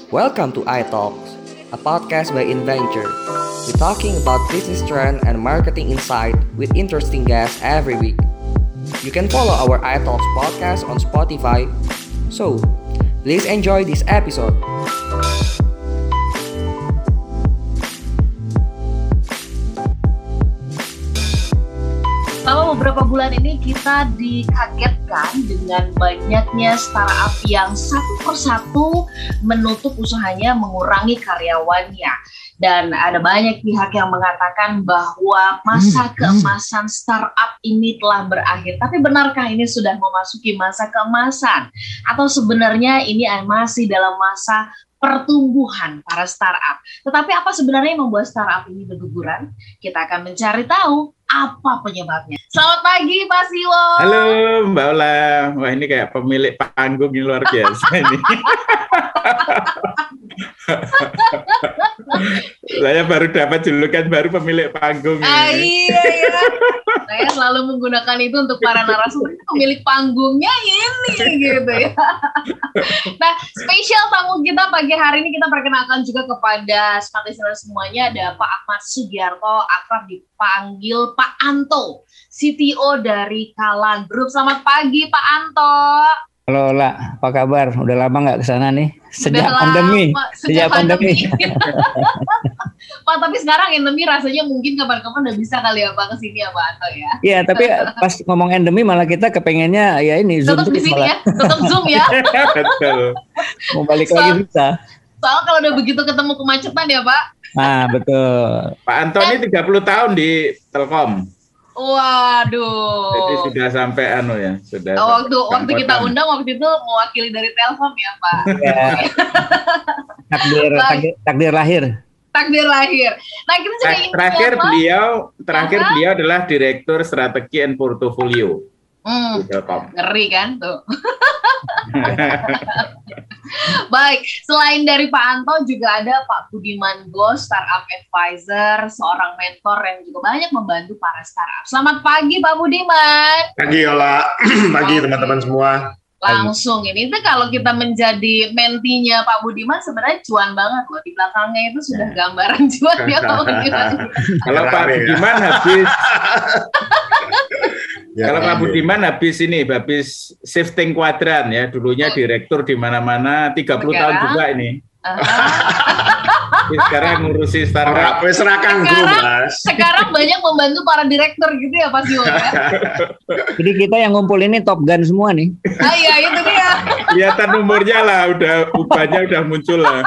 Welcome to iTalks, a podcast by InVenture. We're talking about business trend and marketing insight with interesting guests every week. You can follow our iTalks podcast on Spotify. So, please enjoy this episode. Selama beberapa bulan ini kita dikagetkan dengan banyaknya startup yang satu persatu menutup usahanya, mengurangi karyawannya. Dan ada banyak pihak yang mengatakan bahwa masa keemasan startup ini telah berakhir. Tapi benarkah ini sudah memasuki masa keemasan? Atau sebenarnya ini masih dalam masa pertumbuhan para startup? Tetapi apa sebenarnya yang membuat startup ini berguguran? Kita akan mencari tahu apa penyebabnya. Selamat pagi Pak Siwo. Halo Mbak Ola. Wah, ini kayak pemilik panggung yang luar biasa ini. Saya baru dapat julukan baru pemilik panggung ini. Iya. Saya selalu menggunakan itu untuk para narasumber. Pemilik panggungnya ini gitu ya. Nah, spesial tamu kita pagi hari ini kita perkenalkan juga kepada listener semuanya. Ada Pak Ahmad Sugiarto, akrab dipanggil Pak Anto, CTO dari Kalan Group. Selamat pagi Pak Anto. Halo Ola, apa kabar? Udah lama nggak kesana nih? Sejak pandemi. Pak, tapi sekarang endemi rasanya mungkin kapan-kapan udah bisa kali ya Pak kesini ya Pak Anto ya. Iya, tapi pas ngomong endemi malah kita kepengennya ya ini Zoom. Tetap di sini ya, tetap Zoom ya. Betul. Mau balik lagi bisa. Soalnya kalau udah begitu ketemu kemacetan ya Pak. Nah, betul. Pak Anto ini 30 tahun di Telkom. Waduh. Jadi sudah sampai ya, sudah. Waktu kita undang waktu itu mewakili dari Telkom ya Pak. Ya. Takdir lahir. Takdir lahir. Nah, kita juga ingin terakhir beliau adalah Direktur Strategi and Portfolio. Di Telkom. Ngeri kan tuh. Baik, selain dari Pak Anto juga ada Pak Budiman Ghosh, Startup Advisor, seorang mentor yang juga banyak membantu para startup. Selamat pagi Pak Budiman. Pagi Ola, pagi teman-teman semua. Langsung ini tuh kalau kita menjadi mentinya Pak Budiman sebenarnya cuan banget loh. Di belakangnya itu sudah gambaran cuan ya Pak Budiman. Kalau Pak Budiman habis Kalau Pak Budiman habis shifting kuadran ya, dulunya direktur di mana-mana, 30 tahun juga ini. Sekarang ngurusi startup. Sekarang banyak membantu para direktur gitu ya Pak Siwo ya. Jadi kita yang ngumpul ini Top Gun semua nih. Iya itu dia. Kelihatan umurnya lah, ubahnya udah muncul lah.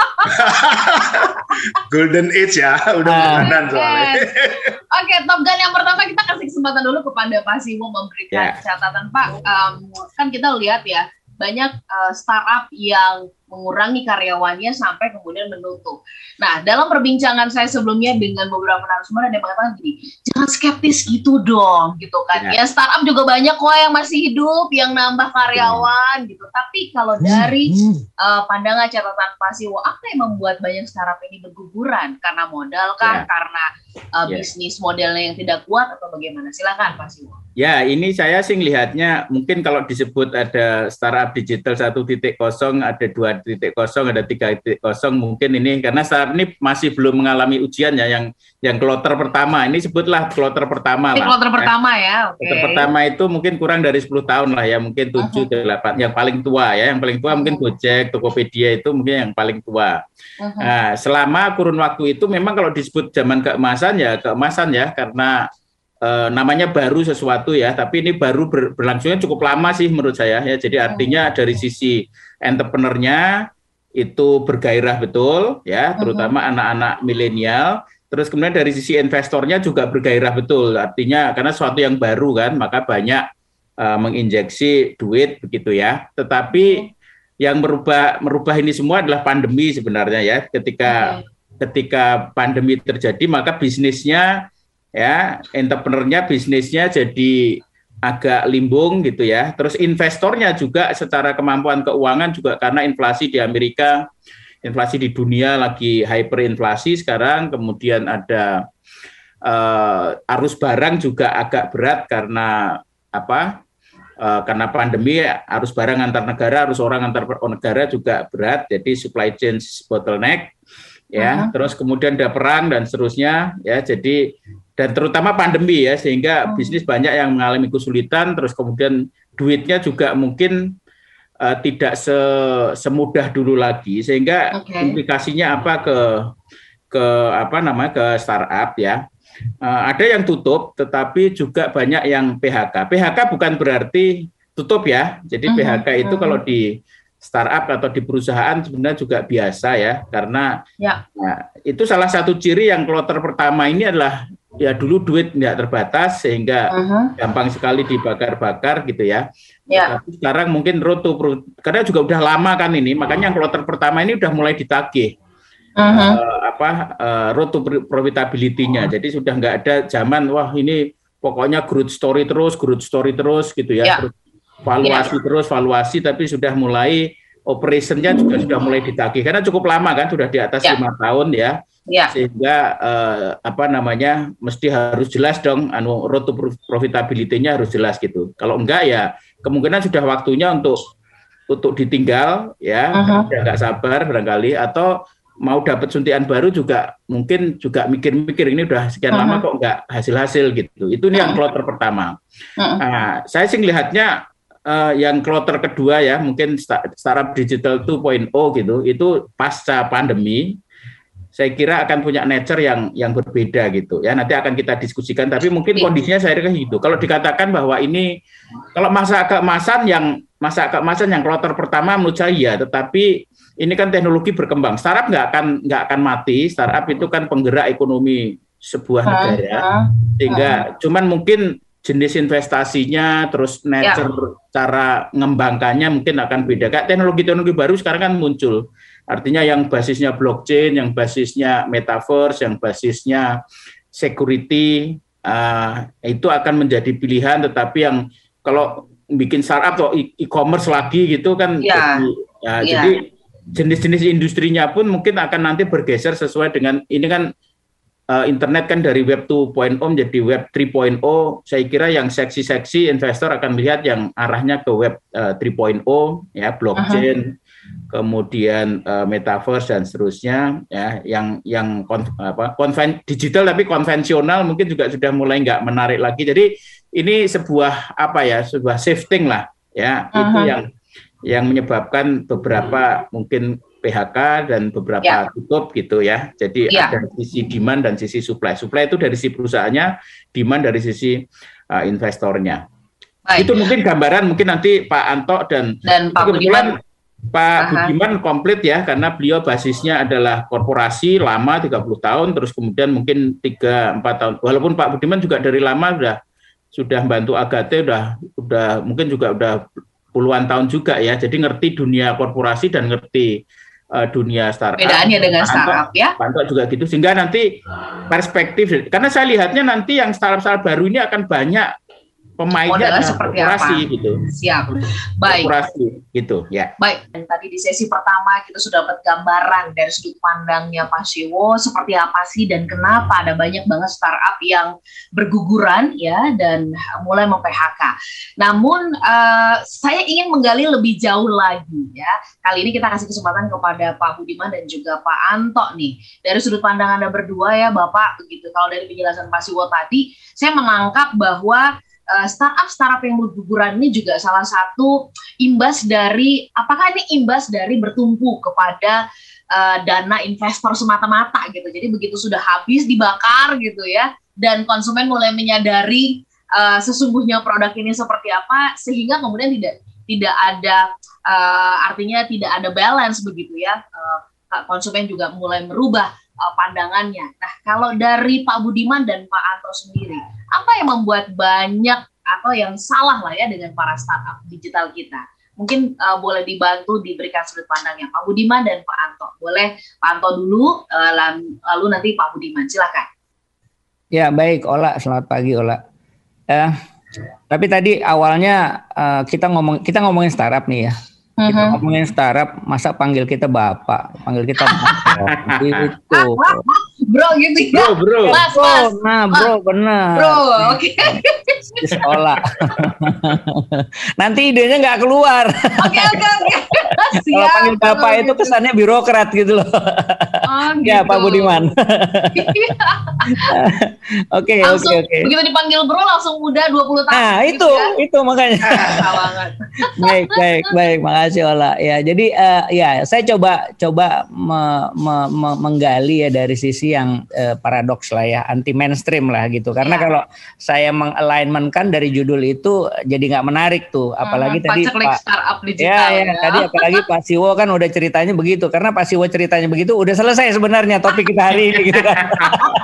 Golden Age ya, udah bulanan soalnya. Oke, Top Gun yang pertama kita kasih kesempatan dulu kepada Pak Siwo memberikan catatan Pak. Kan kita lihat ya, banyak startup yang mengurangi karyawannya sampai kemudian menutup. Nah, dalam perbincangan saya sebelumnya dengan beberapa narasumber ada yang mengatakan gini, jangan skeptis gitu dong, gitu kan. Ya, startup juga banyak kok yang masih hidup, yang nambah karyawan gitu. Tapi kalau dari pandangan catatan Pak Siwo, apa yang membuat banyak startup ini berguguran? Karena modal kah? Karena bisnis modelnya yang tidak kuat atau bagaimana? Silakan Pak Siwo. Ya, ini saya sih lihatnya mungkin kalau disebut ada startup digital 1.0, ada 2.0, ada 3.0 mungkin ini karena startup ini masih belum mengalami ujian ya yang kloter pertama. Ini sebutlah kloter pertama lah. Kloter pertama ya. Kloter pertama itu mungkin kurang dari 10 tahun lah ya, mungkin 7 8 yang paling tua ya. Yang paling tua mungkin Gojek, Tokopedia itu mungkin yang paling tua. Nah, selama kurun waktu itu memang kalau disebut zaman keemasan ya karena namanya baru sesuatu ya, tapi ini baru berlangsungnya cukup lama sih menurut saya ya. Jadi artinya dari sisi entrepreneur-nya itu bergairah betul ya, terutama anak-anak milenial. Terus kemudian dari sisi investornya juga bergairah betul. Artinya karena sesuatu yang baru kan, maka banyak menginjeksi duit begitu ya. Tetapi yang merubah ini semua adalah pandemi sebenarnya ya. Ketika pandemi terjadi maka bisnisnya ya, entrepreneur-nya bisnisnya jadi agak limbung gitu ya. Terus investornya juga secara kemampuan keuangan juga karena inflasi di Amerika, inflasi di dunia lagi hyperinflasi sekarang, kemudian ada arus barang juga agak berat karena karena pandemi harus barang antar negara, harus orang antar negara juga berat, jadi supply chain bottleneck ya. Terus kemudian ada perang dan seterusnya ya. Jadi dan terutama pandemi ya, sehingga bisnis banyak yang mengalami kesulitan. Terus kemudian duitnya juga mungkin tidak semudah dulu lagi, sehingga implikasinya apa ke startup ya. Ada yang tutup, tetapi juga banyak yang PHK. PHK bukan berarti tutup ya. Jadi PHK itu kalau di startup atau di perusahaan sebenarnya juga biasa ya, karena nah, itu salah satu ciri yang kloter pertama ini adalah ya dulu duit nggak terbatas sehingga gampang sekali dibakar-bakar gitu ya. Tapi sekarang mungkin karena juga udah lama kan ini, makanya yang kloter pertama ini udah mulai ditagih. Road to profitability-nya. Jadi sudah nggak ada zaman wah ini pokoknya growth story terus gitu ya. Valuasi tapi sudah mulai operation-nya juga sudah mulai ditagih karena cukup lama kan, sudah di atas 5 tahun ya. Sehingga mesti harus jelas dong road to profitability-nya harus jelas gitu. Kalau enggak ya kemungkinan sudah waktunya untuk ditinggal ya. Nggak sabar barangkali, atau mau dapat suntikan baru juga mungkin juga mikir-mikir ini udah sekian lama kok nggak hasil gitu. Itu yang kloter pertama. Nah, saya sih melihatnya yang kloter kedua ya, mungkin startup digital 2.0 gitu, itu pasca pandemi saya kira akan punya nature yang berbeda gitu ya. Nanti akan kita diskusikan, tapi mungkin kondisinya saya kira gitu. Kalau dikatakan bahwa ini kalau masa keemasan yang kloter pertama menurut saya ya, tetapi ini kan teknologi berkembang. Startup nggak akan mati. Startup itu kan penggerak ekonomi sebuah negara. Sehingga cuman mungkin jenis investasinya, terus nature cara mengembangkannya mungkin akan beda. Kayak teknologi baru sekarang kan muncul. Artinya yang basisnya blockchain, yang basisnya metaverse, yang basisnya security, itu akan menjadi pilihan. Tetapi yang kalau bikin startup atau e-commerce lagi gitu kan, jadi jenis-jenis industrinya pun mungkin akan nanti bergeser sesuai dengan ini kan internet kan dari web 2.0 menjadi web 3.0. Saya kira yang seksi-seksi investor akan melihat yang arahnya ke web 3.0 ya, blockchain, kemudian metaverse dan seterusnya ya, yang digital tapi konvensional mungkin juga sudah mulai nggak menarik lagi. Jadi ini sebuah sebuah shifting lah ya, itu yang menyebabkan beberapa mungkin PHK dan beberapa tutup gitu ya. Jadi ada sisi demand dan sisi supply. Supply itu dari sisi perusahaannya, demand dari sisi investornya. Baik. Itu mungkin gambaran, mungkin nanti Pak Anto dan Pak Budiman. Pak Budiman komplit ya, karena beliau basisnya adalah korporasi lama 30 tahun, terus kemudian mungkin 3-4 tahun. Walaupun Pak Budiman juga dari lama sudah bantu Agate, udah mungkin juga udah puluhan tahun juga ya, jadi ngerti dunia korporasi dan ngerti dunia startup. Bedaannya dengan startup ya. Pak Anto juga gitu, sehingga nanti perspektif, karena saya lihatnya nanti yang startup baru ini akan banyak pemainnya korporasi gitu. Siap. Baik. Korporasi gitu ya. Baik. Dan tadi di sesi pertama kita sudah dapat gambaran dari sudut pandangnya Pak Shewo seperti apa sih dan kenapa ada banyak banget startup yang berguguran ya dan mulai mem-PHK. Namun saya ingin menggali lebih jauh lagi ya. Kali ini kita kasih kesempatan kepada Pak Budiman dan juga Pak Anto nih. Dari sudut pandang Anda berdua ya Bapak begitu. Kalau dari penjelasan Pak Shewo tadi saya menangkap bahwa startup yang berguguran ini juga salah satu imbas dari, apakah ini imbas dari bertumpu kepada dana investor semata-mata gitu. Jadi begitu sudah habis dibakar gitu ya, dan konsumen mulai menyadari sesungguhnya produk ini seperti apa, sehingga kemudian tidak ada artinya tidak ada balance begitu ya. Konsumen juga mulai merubah pandangannya. Nah, kalau dari Pak Budiman dan Pak Anto sendiri, apa yang membuat banyak atau yang salah lah ya dengan para startup digital kita? Mungkin boleh dibantu diberikan sudut pandangnya Pak Budiman dan Pak Anto. Boleh Pak Anto dulu, lalu nanti Pak Budiman. Silakan. Ya baik, Ola. Selamat pagi, Ola. Tapi tadi awalnya kita ngomongin startup nih ya. Kita ngomongin startup, masa panggil kita bapak, panggil kita itu. Bro gitu ya. Bro. Mas. Nah, bro, benar. Bro, oke. Di sekolah. Nanti idenya nggak keluar. Oke. Kalau panggil bapak itu kesannya birokrat gitu loh. Gitu. Ya, Pak Budiman. Oke. Begitu dipanggil bro langsung muda 20 tahun. Nah, gitu itu makanya. Baik, makasih Ola. Ya, jadi saya coba menggali ya dari sisi yang paradoks lah ya, anti mainstream lah gitu. Karena kalau saya mengalignmentkan dari judul itu jadi nggak menarik tuh, apalagi tadi Pak startup digital. Tadi apalagi Pak Siwo kan udah ceritanya begitu. Karena Pak Siwo ceritanya begitu udah selesai sebenarnya topik kita hari ini gitu kan.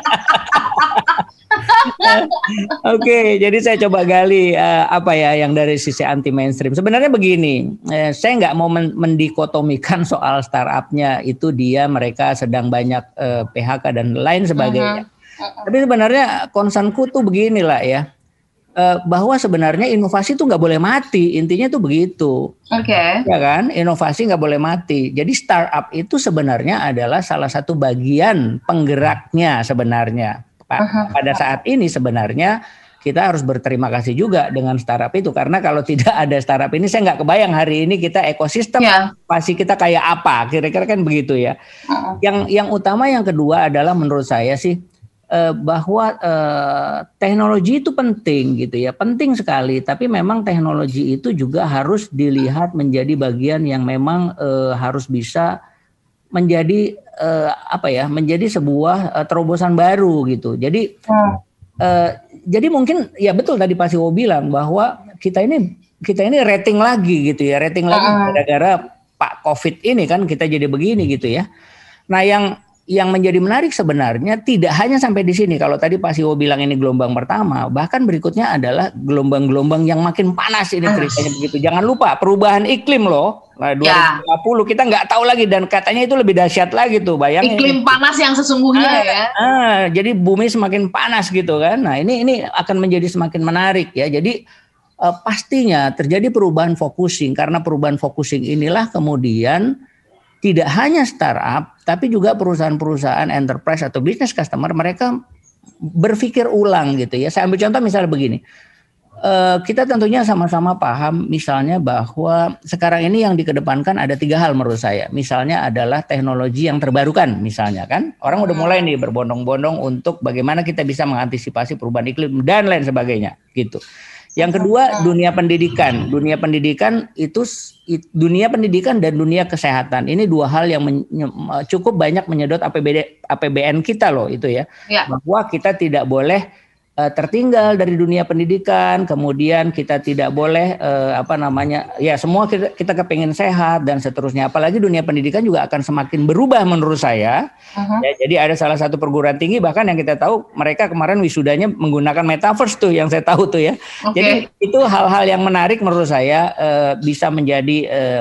Oke, jadi saya coba gali apa ya yang dari sisi anti mainstream. Sebenarnya begini, saya nggak mau mendikotomikan soal startupnya itu mereka sedang banyak PHK dan lain sebagainya. Tapi sebenarnya concernku tuh beginilah ya, bahwa sebenarnya inovasi tuh nggak boleh mati, intinya tuh begitu. Oke. Ya kan, inovasi nggak boleh mati. Jadi startup itu sebenarnya adalah salah satu bagian penggeraknya sebenarnya. Pada saat ini sebenarnya kita harus berterima kasih juga dengan startup itu, karena kalau tidak ada startup ini saya nggak kebayang hari ini kita ekosistem pasti kita kayak apa, kira-kira kan begitu ya. Yang utama yang kedua adalah menurut saya sih bahwa teknologi itu penting gitu ya, penting sekali, tapi memang teknologi itu juga harus dilihat menjadi bagian yang memang harus bisa menjadi menjadi sebuah terobosan baru gitu. Jadi jadi mungkin ya betul tadi Pak Siwo bilang bahwa kita ini rating lagi gitu ya, rating lagi gara-gara Pak Covid ini kan kita jadi begini gitu ya. Nah, yang menjadi menarik sebenarnya tidak hanya sampai di sini. Kalau tadi Pak Siwo bilang ini gelombang pertama, bahkan berikutnya adalah gelombang-gelombang yang makin panas ini ceritanya begitu. Jangan lupa perubahan iklim loh. Nah, 2050 kita nggak tahu lagi dan katanya itu lebih dahsyat lagi tuh, bayangin. Iklim panas yang sesungguhnya ya. Jadi bumi semakin panas gitu kan. Nah, ini akan menjadi semakin menarik ya. Jadi pastinya terjadi perubahan focusing, karena perubahan focusing inilah kemudian tidak hanya startup, tapi juga perusahaan-perusahaan enterprise atau business customer mereka berpikir ulang gitu ya. Saya ambil contoh misalnya begini, kita tentunya sama-sama paham misalnya bahwa sekarang ini yang dikedepankan ada 3 hal menurut saya. Misalnya adalah teknologi yang terbarukan misalnya kan. Orang udah mulai nih berbondong-bondong untuk bagaimana kita bisa mengantisipasi perubahan iklim dan lain sebagainya gitu. Yang kedua, dunia pendidikan. Dunia pendidikan dan dunia kesehatan. Ini 2 hal yang cukup banyak menyedot APBN kita loh itu ya. Bahwa kita tidak boleh tertinggal dari dunia pendidikan, kemudian kita tidak boleh semua kita kepengen sehat dan seterusnya. Apalagi dunia pendidikan juga akan semakin berubah menurut saya. Ya, jadi ada salah satu perguruan tinggi bahkan yang kita tahu mereka kemarin wisudanya menggunakan metaverse tuh yang saya tahu tuh ya. Jadi itu hal-hal yang menarik menurut saya bisa menjadi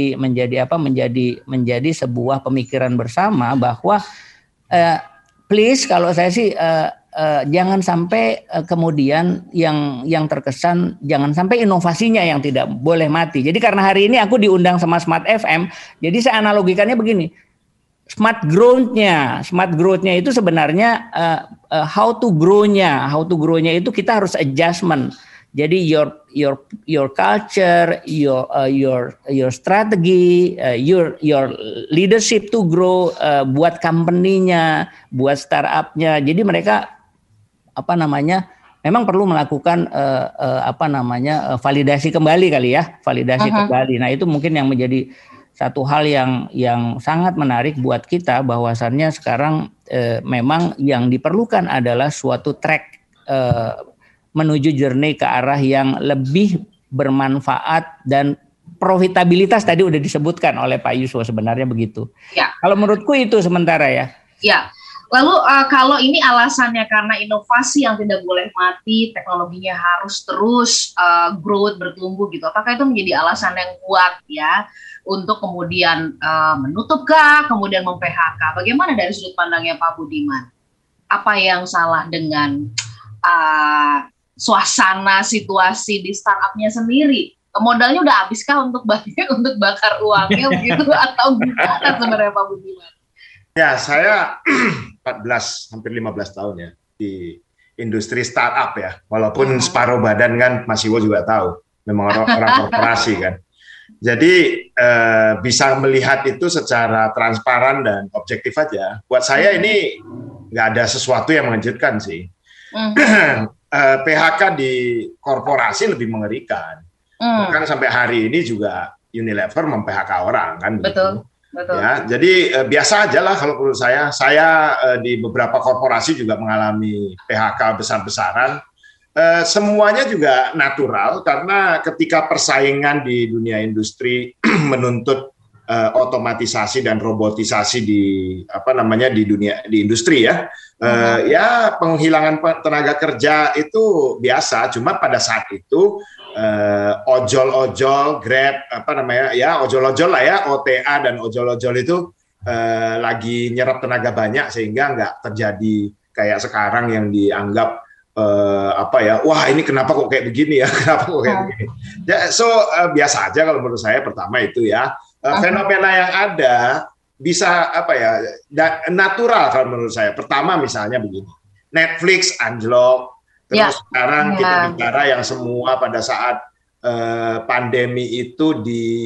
sebuah pemikiran bersama bahwa please kalau saya sih jangan sampai kemudian yang terkesan jangan sampai inovasinya yang tidak boleh mati. Jadi karena hari ini aku diundang sama Smart FM, jadi saya analogikannya begini. Smart growth-nya itu sebenarnya how to grow-nya itu kita harus adjustment. Jadi your culture, your strategy, your leadership to grow, buat company-nya, buat startup-nya. Jadi mereka memang perlu melakukan validasi kembali kali ya, kembali. Nah, itu mungkin yang menjadi satu hal yang sangat menarik buat kita, bahwasannya sekarang memang yang diperlukan adalah suatu track menuju journey ke arah yang lebih bermanfaat dan profitabilitas tadi udah disebutkan oleh Pak Yuswo sebenarnya begitu. Ya. Kalau menurutku itu sementara ya. Ya. Lalu kalau ini alasannya karena inovasi yang tidak boleh mati, teknologinya harus terus growth, bertumbuh gitu. Apakah itu menjadi alasan yang kuat ya untuk kemudian menutupkah, kemudian mem-PHK? Bagaimana dari sudut pandangnya Pak Budiman? Apa yang salah dengan suasana situasi di startupnya sendiri modalnya udah habis kah untuk bakar uangnya begitu atau gimana sebenarnya Pak Budiman? Ya, saya 14 hampir 15 tahun ya di industri startup ya. Walaupun separuh badan kan Mas Iwo juga tahu, memang orang korporasi kan. Jadi bisa melihat itu secara transparan dan objektif aja. Buat saya ini nggak ada sesuatu yang mengejutkan sih. PHK di korporasi lebih mengerikan. Bahkan sampai hari ini juga Unilever mem-PHK orang kan. Betul. Ya, jadi biasa aja lah kalau menurut saya. Saya di beberapa korporasi juga mengalami PHK besar-besaran. Semuanya juga natural karena ketika persaingan di dunia industri menuntut otomatisasi dan robotisasi di di industri ya. Ya penghilangan tenaga kerja itu biasa, cuma pada saat itu ojol-ojol, Grab, ojol-ojol lah ya, OTA dan ojol-ojol itu lagi nyerap tenaga banyak sehingga nggak terjadi kayak sekarang yang dianggap wah ini kenapa kok kayak begini ya, kenapa kok kayak begini. Ya, biasa aja kalau menurut saya. Pertama itu ya fenomena yang ada bisa natural kalau menurut saya. Pertama misalnya begini, Netflix anjlok. Terus sekarang kita bicara yang semua pada saat pandemi itu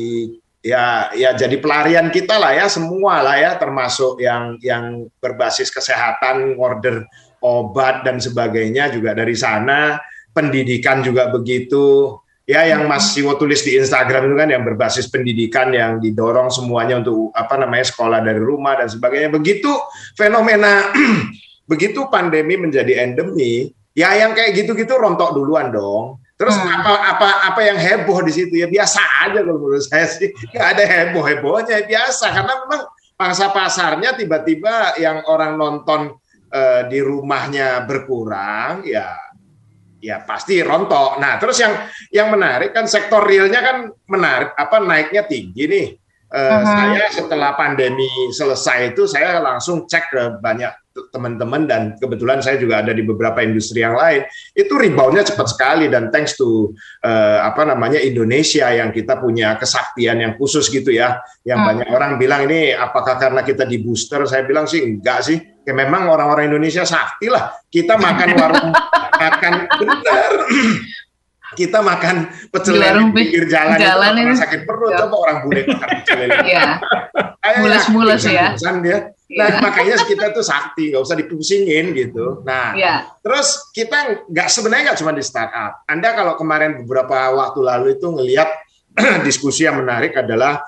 jadi pelarian kita lah ya, semua lah ya, termasuk yang berbasis kesehatan, order obat dan sebagainya juga dari sana, pendidikan juga begitu. Ya, yang Mas Siwo tulis di Instagram itu kan yang berbasis pendidikan yang didorong semuanya untuk sekolah dari rumah dan sebagainya. Begitu fenomena begitu pandemi menjadi endemi, ya yang kayak gitu-gitu rontok duluan dong. Terus apa yang heboh di situ ya biasa aja kalau menurut saya sih, nggak ada heboh-hebohnya, biasa karena memang pangsa pasarnya tiba-tiba yang orang nonton di rumahnya berkurang ya pasti rontok. Nah terus yang menarik kan sektor realnya kan menarik naiknya tinggi nih. Saya setelah pandemi selesai itu saya langsung cek ke banyak teman-teman dan kebetulan saya juga ada di beberapa industri yang lain, itu reboundnya cepat sekali dan thanks to Indonesia yang kita punya kesaktian yang khusus gitu ya, yang banyak orang bilang ini apakah karena kita di booster, saya bilang sih enggak sih, ya memang orang-orang Indonesia sakti lah, kita makan warung makan benar. Kita makan pecel lele di pinggir jalan itu orang sakit perut, coba orang bule makan pecel lele. Iya. Mules-mules ya. Nah, makanya kita tuh sakti, nggak usah dipusingin gitu. Nah, terus kita sebenarnya nggak cuma di startup. Anda kalau kemarin beberapa waktu lalu itu ngelihat diskusi yang menarik adalah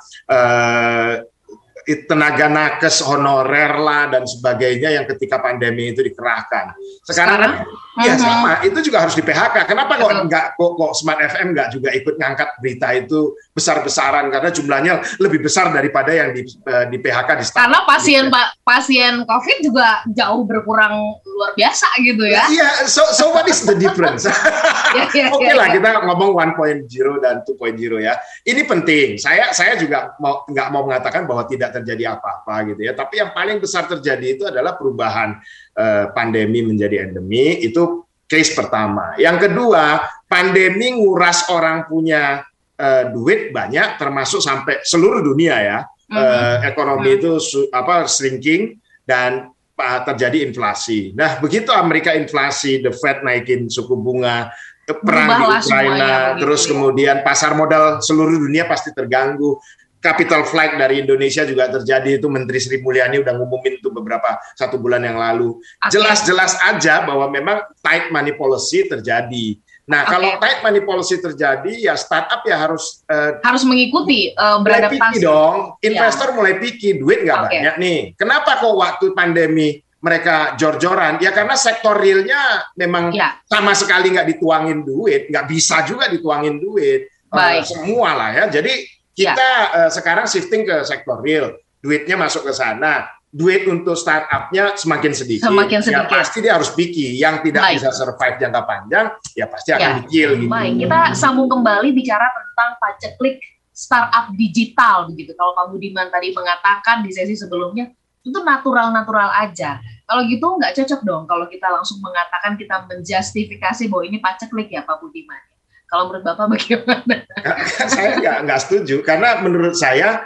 tenaga nakes honorer lah dan sebagainya yang ketika pandemi itu dikerahkan. Sekarang ya sama, itu juga harus di PHK. Kenapa kok Smart FM nggak juga ikut ngangkat berita itu besar-besaran karena jumlahnya lebih besar daripada yang di PHK di startup. Karena pasien COVID juga jauh berkurang luar biasa gitu ya. Iya, so what is the difference? Oke lah, kita ngomong 1.0 dan 2.0 ya. Ini penting. Saya juga nggak mau mengatakan bahwa tidak terjadi apa-apa gitu ya. Tapi yang paling besar terjadi itu adalah perubahan pandemi menjadi endemi. Itu case pertama. Yang kedua, pandemi nguras orang punya duit banyak, termasuk sampai seluruh dunia ya. Ekonomi itu shrinking dan terjadi inflasi. Nah, begitu Amerika inflasi, the Fed naikin suku bunga, perang di Ukraina, terus kemudian pasar modal seluruh dunia pasti terganggu. Capital flight dari Indonesia juga terjadi, itu Menteri Sri Mulyani udah ngumumin itu beberapa 1 bulan yang lalu. Jelas-jelas aja bahwa memang tight money policy terjadi. Nah, kalau tight money policy terjadi, ya startup ya harus mengikuti beradaptasi. Mulai picky dong, investor mulai picky, duit nggak banyak nih. Kenapa kok waktu pandemi mereka jor-joran? Ya karena sektor realnya memang sama sekali nggak dituangin duit, nggak bisa juga dituangin duit. Semua lah ya. Jadi kita sekarang shifting ke sektor real, duitnya masuk ke sana. Duit untuk startupnya semakin sedikit. Ya pasti dia harus picky. Yang tidak bisa survive jangka panjang, ya pasti akan di-kill gitu. Baik, kita sambung kembali bicara tentang paceklik startup digital begitu. Kalau Pak Budiman tadi mengatakan di sesi sebelumnya itu natural-natural aja. Kalau gitu nggak cocok dong kalau kita langsung mengatakan kita menjustifikasi bahwa ini paceklik ya Pak Budiman. Kalau menurut Bapak bagaimana? Saya nggak setuju, karena menurut saya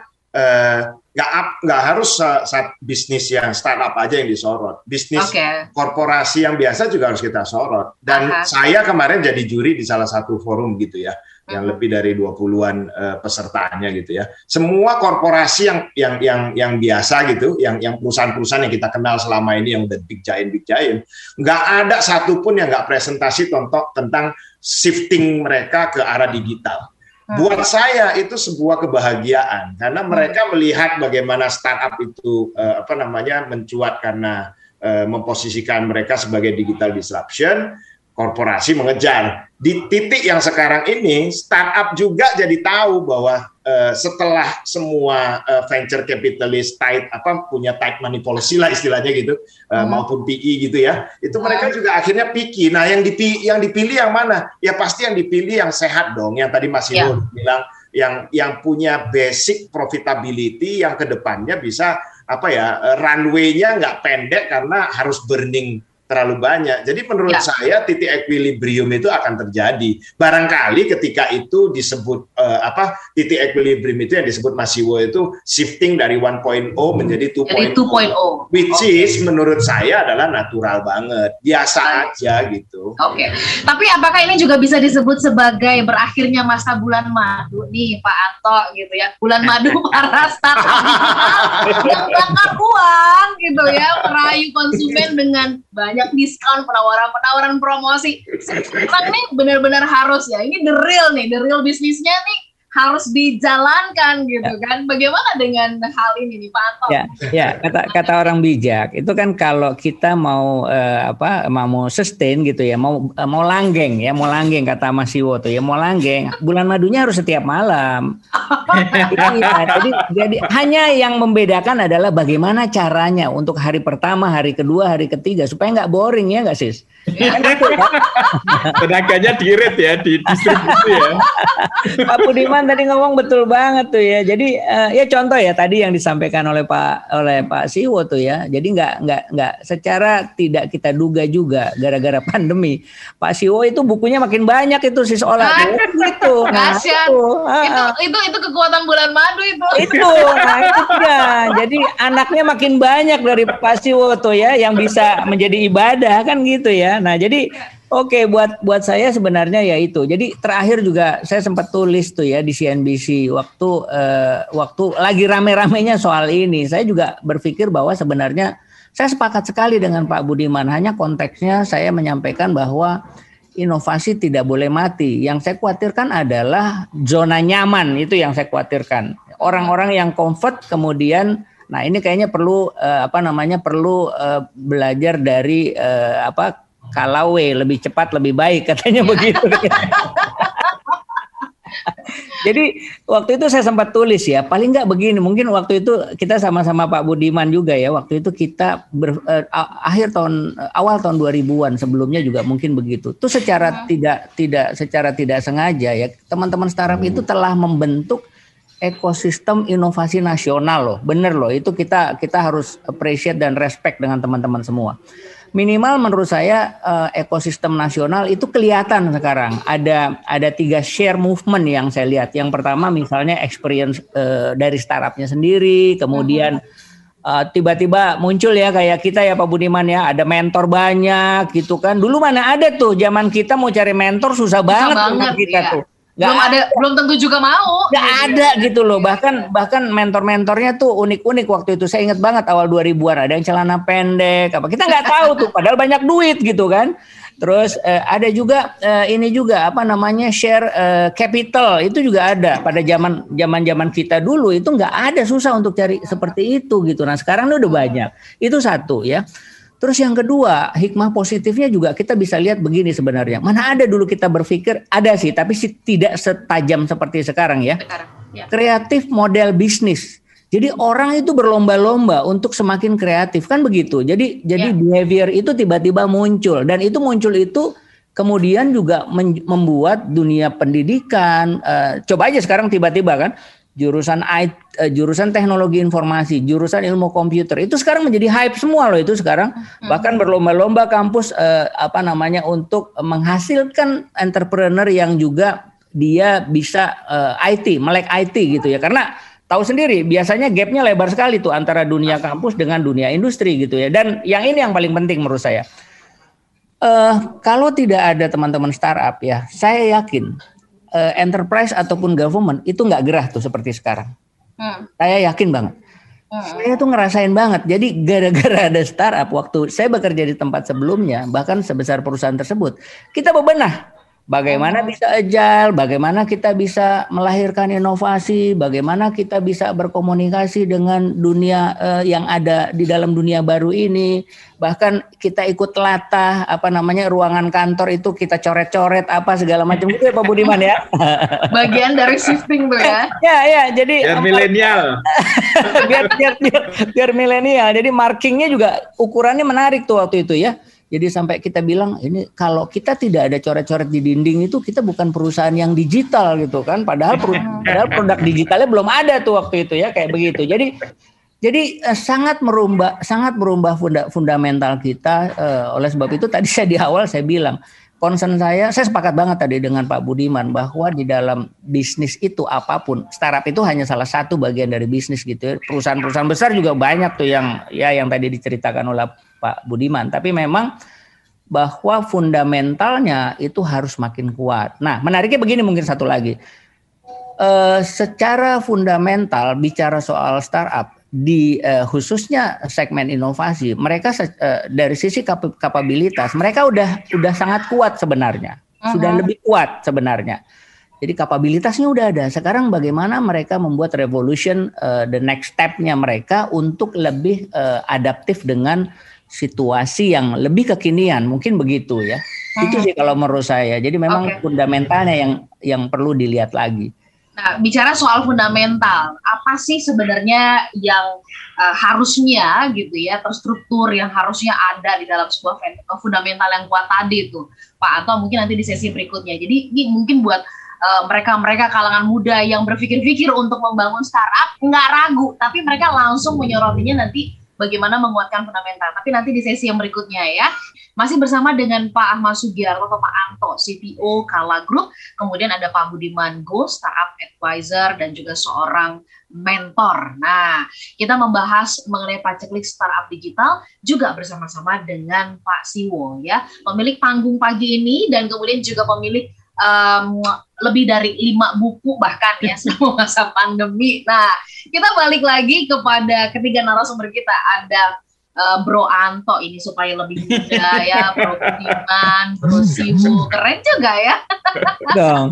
nggak harus bisnis yang startup aja yang disorot. Bisnis korporasi yang biasa juga harus kita sorot. Dan saya kemarin jadi juri di salah satu forum gitu ya, yang lebih dari 20-an pesertanya gitu ya. Semua korporasi yang biasa gitu, yang perusahaan-perusahaan yang kita kenal selama ini yang udah big giant, nggak ada satupun yang nggak presentasi tentang shifting mereka ke arah digital. Buat saya itu sebuah kebahagiaan karena mereka melihat bagaimana startup itu mencuat karena memposisikan mereka sebagai digital disruption. Korporasi mengejar. Di titik yang sekarang ini, startup juga jadi tahu bahwa setelah semua venture capitalist punya tight money policy lah istilahnya gitu, maupun PE gitu ya, itu mereka juga akhirnya picky. Nah, yang dipilih yang mana? Ya pasti yang dipilih yang sehat dong. Yang tadi Mas Ino bilang, yang punya basic profitability, yang kedepannya bisa runway-nya nggak pendek karena harus burning terlalu banyak. Jadi menurut saya titik equilibrium itu akan terjadi. Barangkali ketika itu disebut titik equilibrium itu yang disebut Mas Iwo itu shifting dari 1.0 menjadi 2.0. Which is menurut saya adalah natural banget. Biasa aja gitu. Oke. Tapi apakah ini juga bisa disebut sebagai berakhirnya masa bulan madu nih Pak Anto gitu ya. Bulan madu para startup yang bakar uang gitu ya, merayu konsumen dengan banyak diskon, penawaran promosi. Sekarang nih benar-benar harus ya, ini the real bisnisnya nih harus dijalankan gitu kan. Bagaimana dengan hal ini nih Pak Anto? Kata orang bijak itu kan kalau kita mau mau sustain gitu ya, mau langgeng kata Mas Iwo tuh ya, mau langgeng, bulan madunya harus setiap malam. Jadi hanya yang membedakan adalah bagaimana caranya untuk hari pertama, hari kedua, hari ketiga supaya nggak boring ya nggak sis? Tenaganya diirit ya, didistribusi ya. Pak Budiman tadi ngomong betul banget tuh ya. Jadi ya contoh ya tadi yang disampaikan oleh Pak Siwo tuh ya. Jadi nggak secara tidak kita duga juga gara-gara pandemi. Pak Siwo itu bukunya makin banyak itu sis olah gitu. Itu kekuatan bulan madu itu. Itu dia. Jadi anaknya makin banyak dari Pak Siwo tuh ya yang bisa menjadi ibadah kan gitu ya. Nah jadi oke, buat saya sebenarnya ya itu. Jadi terakhir juga saya sempat tulis tuh ya di CNBC waktu lagi rame-ramenya soal ini. Saya juga berpikir bahwa sebenarnya saya sepakat sekali dengan Pak Budiman. Hanya konteksnya saya menyampaikan bahwa inovasi tidak boleh mati. Yang saya khawatirkan adalah zona nyaman, itu yang saya khawatirkan. Orang-orang yang comfort kemudian, nah ini kayaknya perlu belajar dari Kalawe, lebih cepat lebih baik katanya begitu. Jadi waktu itu saya sempat tulis ya, paling nggak begini, mungkin waktu itu kita sama-sama Pak Budiman juga ya, waktu itu kita awal tahun 2000-an, sebelumnya juga mungkin begitu. Itu secara tidak sengaja ya, teman-teman startup itu telah membentuk ekosistem inovasi nasional loh. Bener loh, itu kita harus appreciate dan respect dengan teman-teman semua. Minimal menurut saya ekosistem nasional itu kelihatan sekarang. Ada 3 share movement yang saya lihat. Yang pertama misalnya experience dari startupnya sendiri, kemudian tiba-tiba muncul ya kayak kita ya Pak Budiman ya, ada mentor banyak gitu kan. Dulu mana ada tuh, zaman kita mau cari mentor susah banget kita tuh. Belum tentu juga mau. Nggak ada gitu loh. Bahkan mentor-mentornya tuh unik-unik waktu itu. Saya ingat banget awal 2000-an ada yang celana pendek apa. Kita nggak tahu tuh padahal banyak duit gitu kan. Terus ada juga share capital itu juga ada pada zaman kita dulu, itu nggak ada, susah untuk cari seperti itu gitu. Nah, sekarang udah banyak. Itu satu ya. Terus yang kedua, hikmah positifnya juga kita bisa lihat begini sebenarnya. Mana ada dulu kita berpikir, ada sih, tapi tidak setajam seperti sekarang ya. Kreatif model bisnis. Jadi orang itu berlomba-lomba untuk semakin kreatif, kan begitu. Jadi behavior itu tiba-tiba muncul. Dan itu muncul itu kemudian juga membuat dunia pendidikan. Coba aja sekarang tiba-tiba kan, jurusan teknologi informasi, jurusan ilmu komputer itu sekarang menjadi hype semua loh itu sekarang. Bahkan berlomba-lomba kampus untuk menghasilkan entrepreneur yang juga dia bisa melek IT gitu ya. Karena tahu sendiri biasanya gapnya lebar sekali tuh antara dunia kampus dengan dunia industri gitu ya. Dan yang ini yang paling penting menurut saya. Kalau tidak ada teman-teman startup ya, saya yakin enterprise ataupun government itu nggak gerah tuh seperti sekarang. Saya yakin banget. Saya tuh ngerasain banget. Jadi gara-gara ada startup, waktu saya bekerja di tempat sebelumnya, bahkan sebesar perusahaan tersebut, kita bebenah. Bagaimana bisa agile, bagaimana kita bisa melahirkan inovasi, bagaimana kita bisa berkomunikasi dengan dunia yang ada di dalam dunia baru ini. Bahkan kita ikut latah ruangan kantor itu kita coret-coret segala macam itu ya Pak Budiman ya. Bagian dari shifting tuh ya. Ya, jadi biar milenial. biar milenial. Jadi markingnya juga ukurannya menarik tuh waktu itu ya. Jadi sampai kita bilang ini kalau kita tidak ada coret-coret di dinding itu kita bukan perusahaan yang digital gitu kan. Padahal produk digitalnya belum ada tuh waktu itu ya kayak begitu. Jadi sangat merubah fundamental kita. Oleh sebab itu tadi saya di awal saya bilang concern saya sepakat banget tadi dengan Pak Budiman bahwa di dalam bisnis itu apapun startup itu hanya salah satu bagian dari bisnis gitu ya. Perusahaan-perusahaan besar juga banyak tuh yang tadi diceritakan oleh Pak Budiman, tapi memang bahwa fundamentalnya itu harus makin kuat. Nah, menariknya begini mungkin satu lagi, secara fundamental bicara soal startup di khususnya segmen inovasi, mereka dari sisi kapabilitas mereka udah sangat kuat sebenarnya, sudah lebih kuat sebenarnya. Jadi kapabilitasnya udah ada. Sekarang bagaimana mereka membuat revolution the next step-nya mereka untuk lebih adaptif dengan situasi yang lebih kekinian, mungkin begitu ya. Itu sih kalau menurut saya. Jadi memang fundamentalnya yang perlu dilihat lagi. Nah, bicara soal fundamental, apa sih sebenarnya yang harusnya gitu ya, terstruktur yang harusnya ada di dalam sebuah fundamental yang kuat tadi itu, Pak? Atau mungkin nanti di sesi berikutnya. Jadi ini mungkin buat mereka kalangan muda yang berpikir-pikir untuk membangun startup, nggak ragu, tapi mereka langsung menyorotinya nanti bagaimana menguatkan fundamental. Tapi nanti di sesi yang berikutnya ya. Masih bersama dengan Pak Ahmad Sugiarto atau Pak Anto, CTO Kala Group. Kemudian ada Pak Budiman Go, Startup Advisor dan juga seorang mentor. Nah, kita membahas mengenai paceklik startup digital juga bersama-sama dengan Pak Siwo ya. Pemilik panggung pagi ini dan kemudian juga pemilik lebih dari 5 buku bahkan ya selama masa pandemi. Nah, kita balik lagi kepada ketiga narasumber kita. Ada Bro Anto ini supaya lebih muda ya, Bro Budiman, Bro Siwo, keren juga ya. Dong.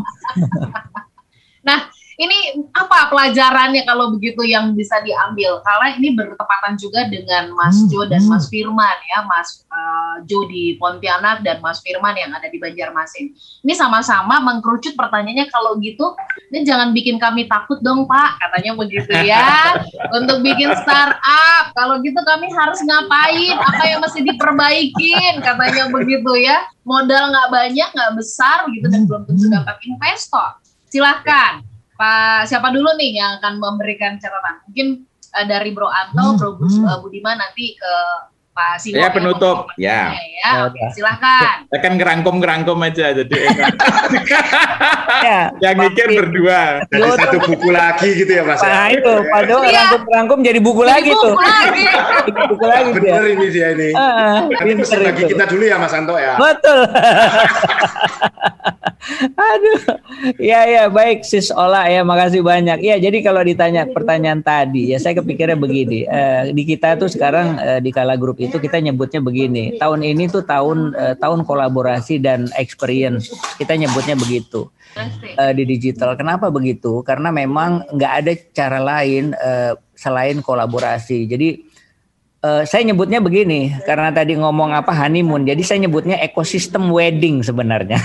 Nah, ini apa pelajarannya kalau begitu yang bisa diambil? Karena ini bertepatan juga dengan Mas Jo dan Mas Firman ya, Mas Jo di Pontianak dan Mas Firman yang ada di Banjarmasin. Ini sama-sama mengkerucut pertanyaannya, kalau gitu, ini jangan bikin kami takut dong Pak, katanya begitu ya. Untuk bikin startup, kalau gitu kami harus ngapain? Apa yang mesti diperbaikin? Katanya begitu ya. Modal nggak banyak, nggak besar gitu dan belum tentu dapat investor. Silahkan. Pak, siapa dulu nih yang akan memberikan catatan? Mungkin dari Bro Anto, Bro Budiman, nanti ke Pak Siwo. Ya, penutup. Ya. Silahkan. Saya kan ngerangkum aja, jadi yang mikir berdua. Jadi satu buku lagi gitu ya Mas. Nah itu, Pak Do rangkum jadi buku lagi tuh. Buku lagi. Bener ini dia ini. Pinter bagi kita dulu ya Mas Anto ya. Betul. Aduh, ya baik Sis Ola ya, makasih banyak. Ya jadi kalau ditanya pertanyaan tadi ya saya kepikirnya begini, di kita tuh sekarang di Kala Group itu kita nyebutnya begini, tahun ini tuh tahun kolaborasi dan experience, kita nyebutnya begitu di digital. Kenapa begitu? Karena memang nggak ada cara lain selain kolaborasi. Jadi saya nyebutnya begini, karena tadi ngomong honeymoon, jadi saya nyebutnya ekosistem wedding sebenarnya.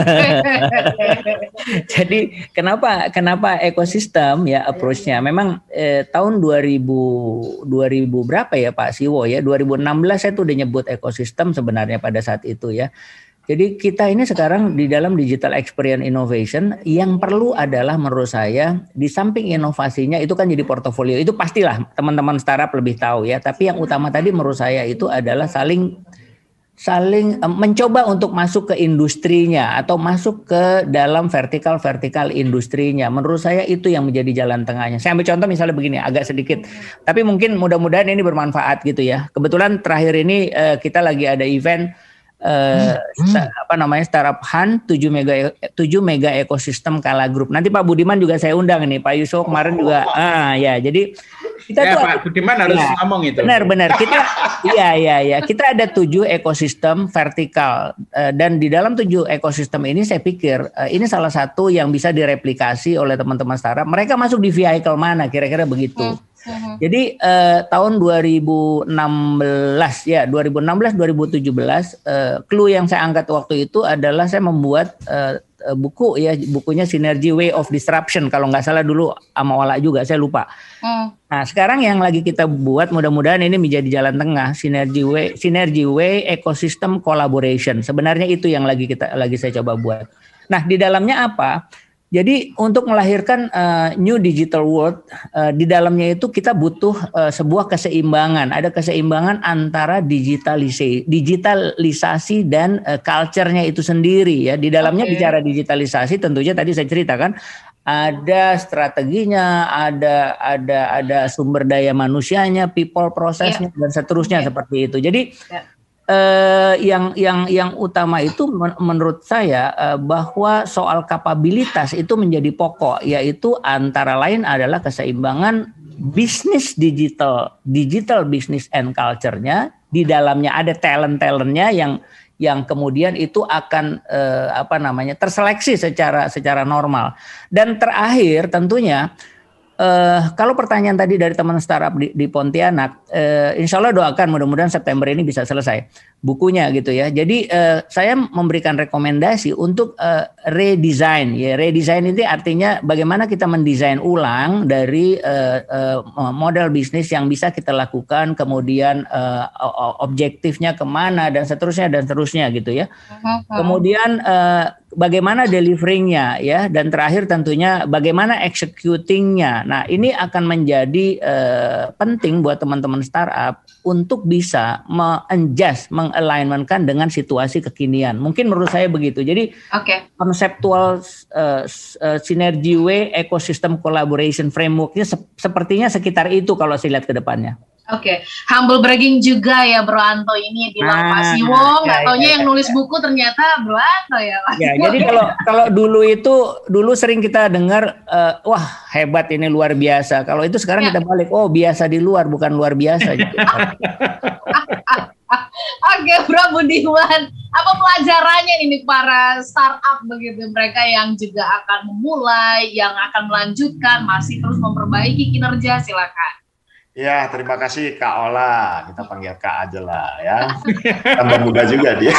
Jadi kenapa ekosistem ya approach-nya? Memang tahun 2000 berapa ya Pak Siwo ya, 2016 saya tuh udah nyebut ekosistem sebenarnya pada saat itu ya. Jadi kita ini sekarang di dalam digital experience innovation yang perlu adalah menurut saya di samping inovasinya itu kan jadi portofolio. Itu pastilah teman-teman startup lebih tahu ya. Tapi yang utama tadi menurut saya itu adalah saling mencoba untuk masuk ke industrinya atau masuk ke dalam vertikal industrinya. Menurut saya itu yang menjadi jalan tengahnya. Saya ambil contoh misalnya begini, agak sedikit. Tapi mungkin mudah-mudahan ini bermanfaat gitu ya. Kebetulan terakhir ini kita lagi ada event Startup Hunt 7 mega ekosistem Kala Group. Nanti Pak Budiman juga saya undang nih, Pak Yusuf kemarin juga. Ya, jadi kita ya, tuh Pak Budiman harus ngomong itu. Benar. Kita kita ada 7 ekosistem vertikal dan di dalam 7 ekosistem ini saya pikir ini salah satu yang bisa direplikasi oleh teman-teman startup. Mereka masuk di vehicle mana kira-kira begitu. Jadi tahun 2016 2017 clue yang saya angkat waktu itu adalah saya membuat bukunya Synergy Way of Disruption kalau nggak salah dulu sama Wala juga saya lupa. Nah sekarang yang lagi kita buat mudah-mudahan ini menjadi jalan tengah Synergy Way Ecosystem Collaboration. Sebenarnya itu yang lagi saya coba buat. Nah di dalamnya apa? Jadi untuk melahirkan new digital world, di dalamnya itu kita butuh sebuah keseimbangan. Ada keseimbangan antara digitalisasi dan culture-nya itu sendiri ya. Di dalamnya bicara digitalisasi tentunya tadi saya ceritakan ada strateginya, ada sumber daya manusianya, people prosesnya dan seterusnya seperti itu. Jadi yang utama itu menurut saya bahwa soal kapabilitas itu menjadi pokok, yaitu antara lain adalah keseimbangan bisnis digital business and culture-nya. Di dalamnya ada talent-talentnya yang kemudian itu akan terseleksi secara normal. Dan terakhir tentunya kalau pertanyaan tadi dari teman startup di Pontianak, insya Allah doakan mudah-mudahan September ini bisa selesai bukunya gitu ya. Jadi saya memberikan rekomendasi untuk redesign. Ya, redesign itu artinya bagaimana kita mendesain ulang dari model bisnis yang bisa kita lakukan, kemudian objektifnya kemana dan seterusnya gitu ya. Kemudian bagaimana delivering-nya ya, dan terakhir tentunya bagaimana executing-nya. Nah, ini akan menjadi penting buat teman-teman startup untuk bisa meng-alignment-kan dengan situasi kekinian. Mungkin menurut saya begitu. Jadi konseptual Synergy Way Ecosystem Collaboration Framework-nya sepertinya sekitar itu kalau saya lihat ke depannya. Humble bragging juga ya Bro Anto ini bilang Pak Siwo, nggak taunya yang nulis buku ternyata Bro Anto ya. Jadi kalau dulu sering kita dengar wah hebat ini luar biasa. Kalau itu sekarang kita balik, oh biasa di luar bukan luar biasa. Gitu. Bro Budiman, apa pelajarannya ini para startup begitu, mereka yang juga akan memulai, yang akan melanjutkan, masih terus memperbaiki kinerja, silakan. Ya, terima kasih Kak Ola. Kita panggil Kak aja lah ya. Tambah muda juga dia.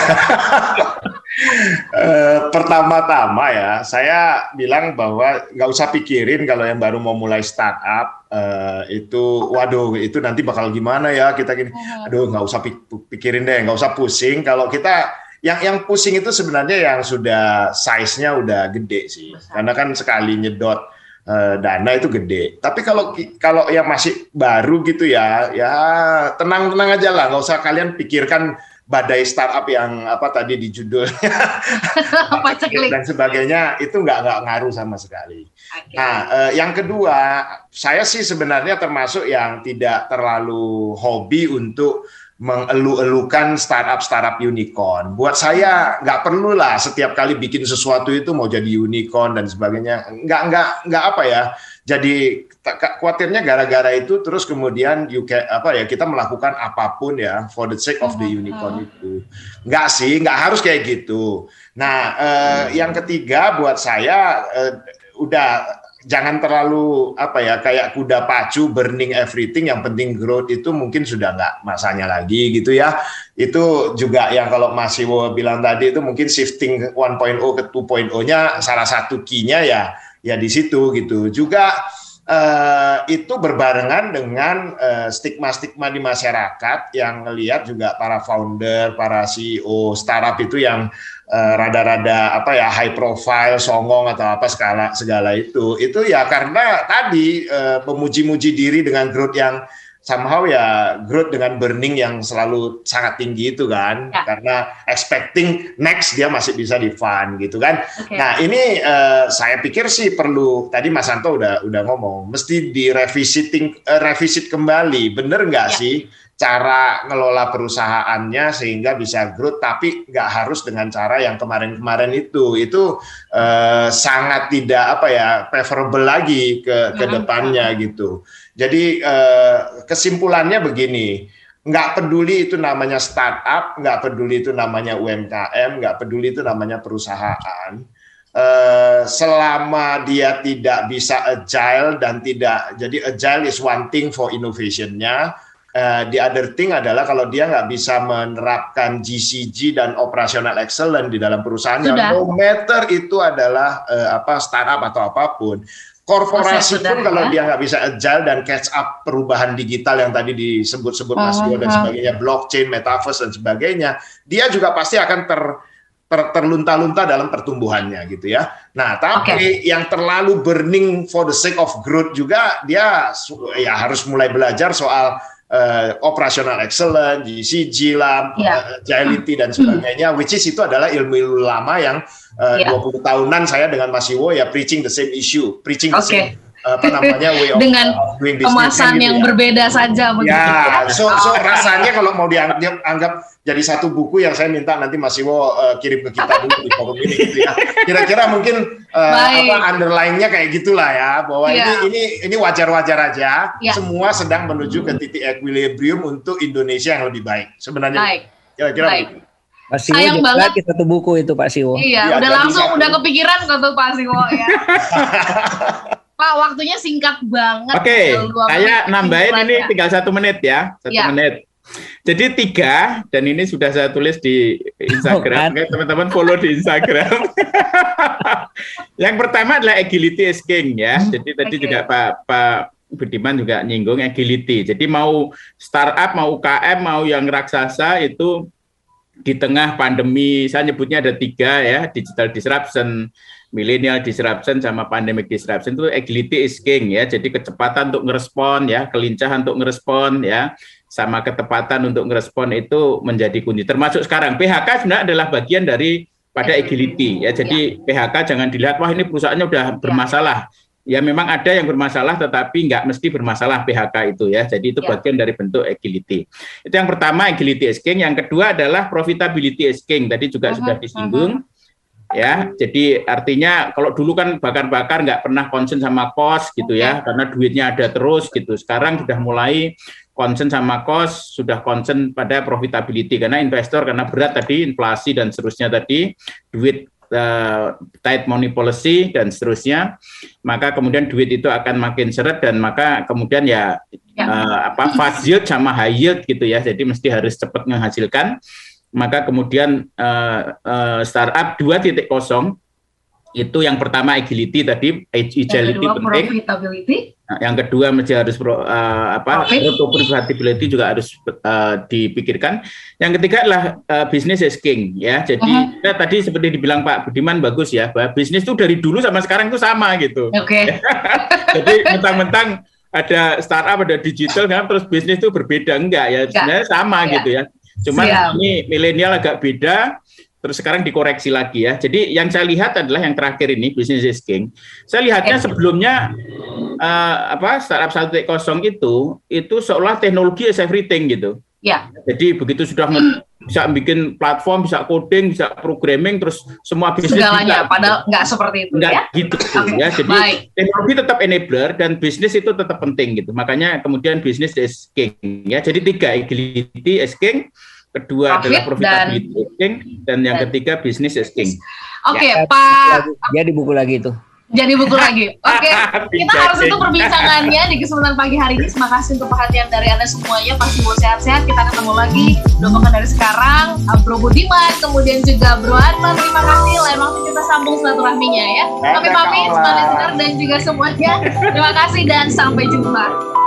Pertama-tama ya, saya bilang bahwa nggak usah pikirin kalau yang baru mau mulai startup itu, waduh itu nanti bakal gimana ya kita gini. Aduh nggak usah pikirin deh, nggak usah pusing. Kalau kita yang pusing itu sebenarnya yang sudah size-nya udah gede sih. Karena kan sekali nyedot dana itu gede. Tapi kalau yang masih baru gitu ya tenang-tenang aja lah, nggak usah kalian pikirkan badai startup yang apa tadi di judulnya dan sebagainya, itu nggak ngaruh sama sekali. Nah, yang kedua, saya sih sebenarnya termasuk yang tidak terlalu hobi untuk mengelu-elukan startup unicorn. Buat saya nggak perlu lah setiap kali bikin sesuatu itu mau jadi unicorn dan sebagainya. Nggak apa ya. Jadi khawatirnya gara-gara itu terus kemudian kita melakukan apapun ya for the sake of the unicorn itu. Nggak sih, nggak harus kayak gitu. Nah, yang ketiga buat saya udah jangan terlalu kayak kuda pacu burning everything, yang penting growth itu mungkin sudah nggak masanya lagi gitu ya. Itu juga yang kalau Mas Siwo bilang tadi itu mungkin shifting 1.0 ke 2.0-nya salah satu key-nya ya di situ gitu. Juga itu berbarengan dengan stigma-stigma di masyarakat yang ngelihat juga para founder, para CEO startup itu yang rada-rada high profile, songong atau apa segala itu ya karena tadi memuji-muji diri dengan growth yang somehow ya growth dengan burning yang selalu sangat tinggi itu kan, karena expecting next dia masih bisa di fund gitu kan. Nah ini saya pikir sih perlu, tadi Mas Santo udah ngomong, mesti revisit kembali, bener nggak sih cara ngelola perusahaannya sehingga bisa growth, tapi nggak harus dengan cara yang kemarin-kemarin itu sangat tidak preferable lagi ke depannya gitu. Jadi kesimpulannya begini, nggak peduli itu namanya startup, nggak peduli itu namanya UMKM, nggak peduli itu namanya perusahaan, selama dia tidak bisa agile dan tidak, jadi agile is one thing for innovation-nya. The other thing adalah kalau dia nggak bisa menerapkan GCG dan operational excellence di dalam perusahaannya, no matter itu adalah startup atau apapun. Korporasi pun kalau dia nggak bisa agile dan catch up perubahan digital yang tadi disebut-sebut Mas Dio dan sebagainya, blockchain, metaverse dan sebagainya, dia juga pasti akan terlunta-lunta dalam pertumbuhannya gitu ya. Nah, tapi yang terlalu burning for the sake of growth juga dia ya harus mulai belajar soal operational excellence, GCG lah, agility dan sebagainya, which is itu adalah ilmu lama yang 20 tahunan saya dengan Mas Iwo ya preaching the same issue, preaching the same way of dengan doing business kemasan yang berbeda saja begitu. So rasanya kalau mau dianggap jadi satu buku yang saya minta nanti Mas Iwo kirim ke kita dulu di forum ini gitu ya. Kira-kira mungkin underline-nya kayak gitulah ya, bahwa ini wajar-wajar aja. Semua sedang menuju ke titik equilibrium untuk Indonesia yang lebih baik. Sebenarnya kira-kira begitu. Pak Siwo lagi satu buku itu Pak Siwo. Iya, udah kepikiran kok tuh Pak Siwo ya. Pak, waktunya singkat banget. Oke, saya nambahin ini tinggal 1 menit ya, 1 menit. Jadi 3, dan ini sudah saya tulis di Instagram, teman-teman follow di Instagram. Yang pertama adalah agility is king ya. Jadi tadi juga Pak Budiman juga nyinggung agility. Jadi mau startup, mau UKM, mau yang raksasa itu di tengah pandemi, saya nyebutnya ada 3 ya, digital disruption, millennial disruption, sama pandemic disruption. Itu agility is king ya, jadi kecepatan untuk ngerespon ya, kelincahan untuk ngerespon ya, sama ketepatan untuk ngerespon itu menjadi kunci. Termasuk sekarang PHK sebenarnya adalah bagian dari pada agility ya, jadi PHK jangan dilihat wah ini perusahaannya udah bermasalah. Ya memang ada yang bermasalah, tetapi nggak mesti bermasalah PHK itu ya. Jadi itu bagian dari bentuk agility. Itu yang pertama, agility is king. Yang kedua adalah profitability is king. Tadi juga sudah disinggung. Ya, jadi artinya kalau dulu kan bakar-bakar nggak pernah concern sama cost gitu ya, karena duitnya ada terus gitu. Sekarang sudah mulai concern sama cost, sudah concern pada profitability karena investor, karena berat tadi inflasi dan seterusnya tadi, duit tight money policy dan seterusnya, maka kemudian duit itu akan makin seret dan maka kemudian fast yield sama high yield gitu ya, jadi mesti harus cepat menghasilkan. Maka kemudian startup 2.0 itu yang pertama agility tadi, agility penting. Nah, yang kedua mesti harus profitability juga harus dipikirkan. Yang ketiga adalah business is king ya. Jadi tadi seperti dibilang Pak Budiman bagus ya, bahwa bisnis itu dari dulu sama sekarang itu sama gitu. Jadi mentang-mentang ada startup, ada digital, kan terus bisnis itu berbeda, enggak ya, sebenarnya sama gitu ya. Cuman ini milenial agak beda. Terus sekarang dikoreksi lagi ya. Jadi yang saya lihat adalah yang terakhir ini, business is king. Saya lihatnya sebelumnya startup 1.0 itu seolah teknologi is everything gitu. Ya. Jadi begitu sudah bisa bikin platform, bisa coding, bisa programming, terus semua bisnis segalanya. Padahal nggak seperti itu ya. Gitu ya. Jadi teknologi tetap enabler dan bisnis itu tetap penting gitu. Makanya kemudian business is king ya. Jadi 3, agility is king. Kedua adalah profitability is king, dan yang ketiga business is king. Pak. Dia di buku lagi itu. Jadi buku lagi. Oke, kita harus tutup perbincangannya di kesempatan pagi hari ini. Terima kasih untuk perhatian dari Anda semuanya. Pasti mau sehat-sehat. Kita ketemu lagi. Doakan dari sekarang. Bro Budiman, kemudian juga Bro Adnan. Terima kasih. Lain waktu kita sambung silaturahminya ya. Kami pamit, semua listener dan juga semuanya. Terima kasih dan sampai jumpa.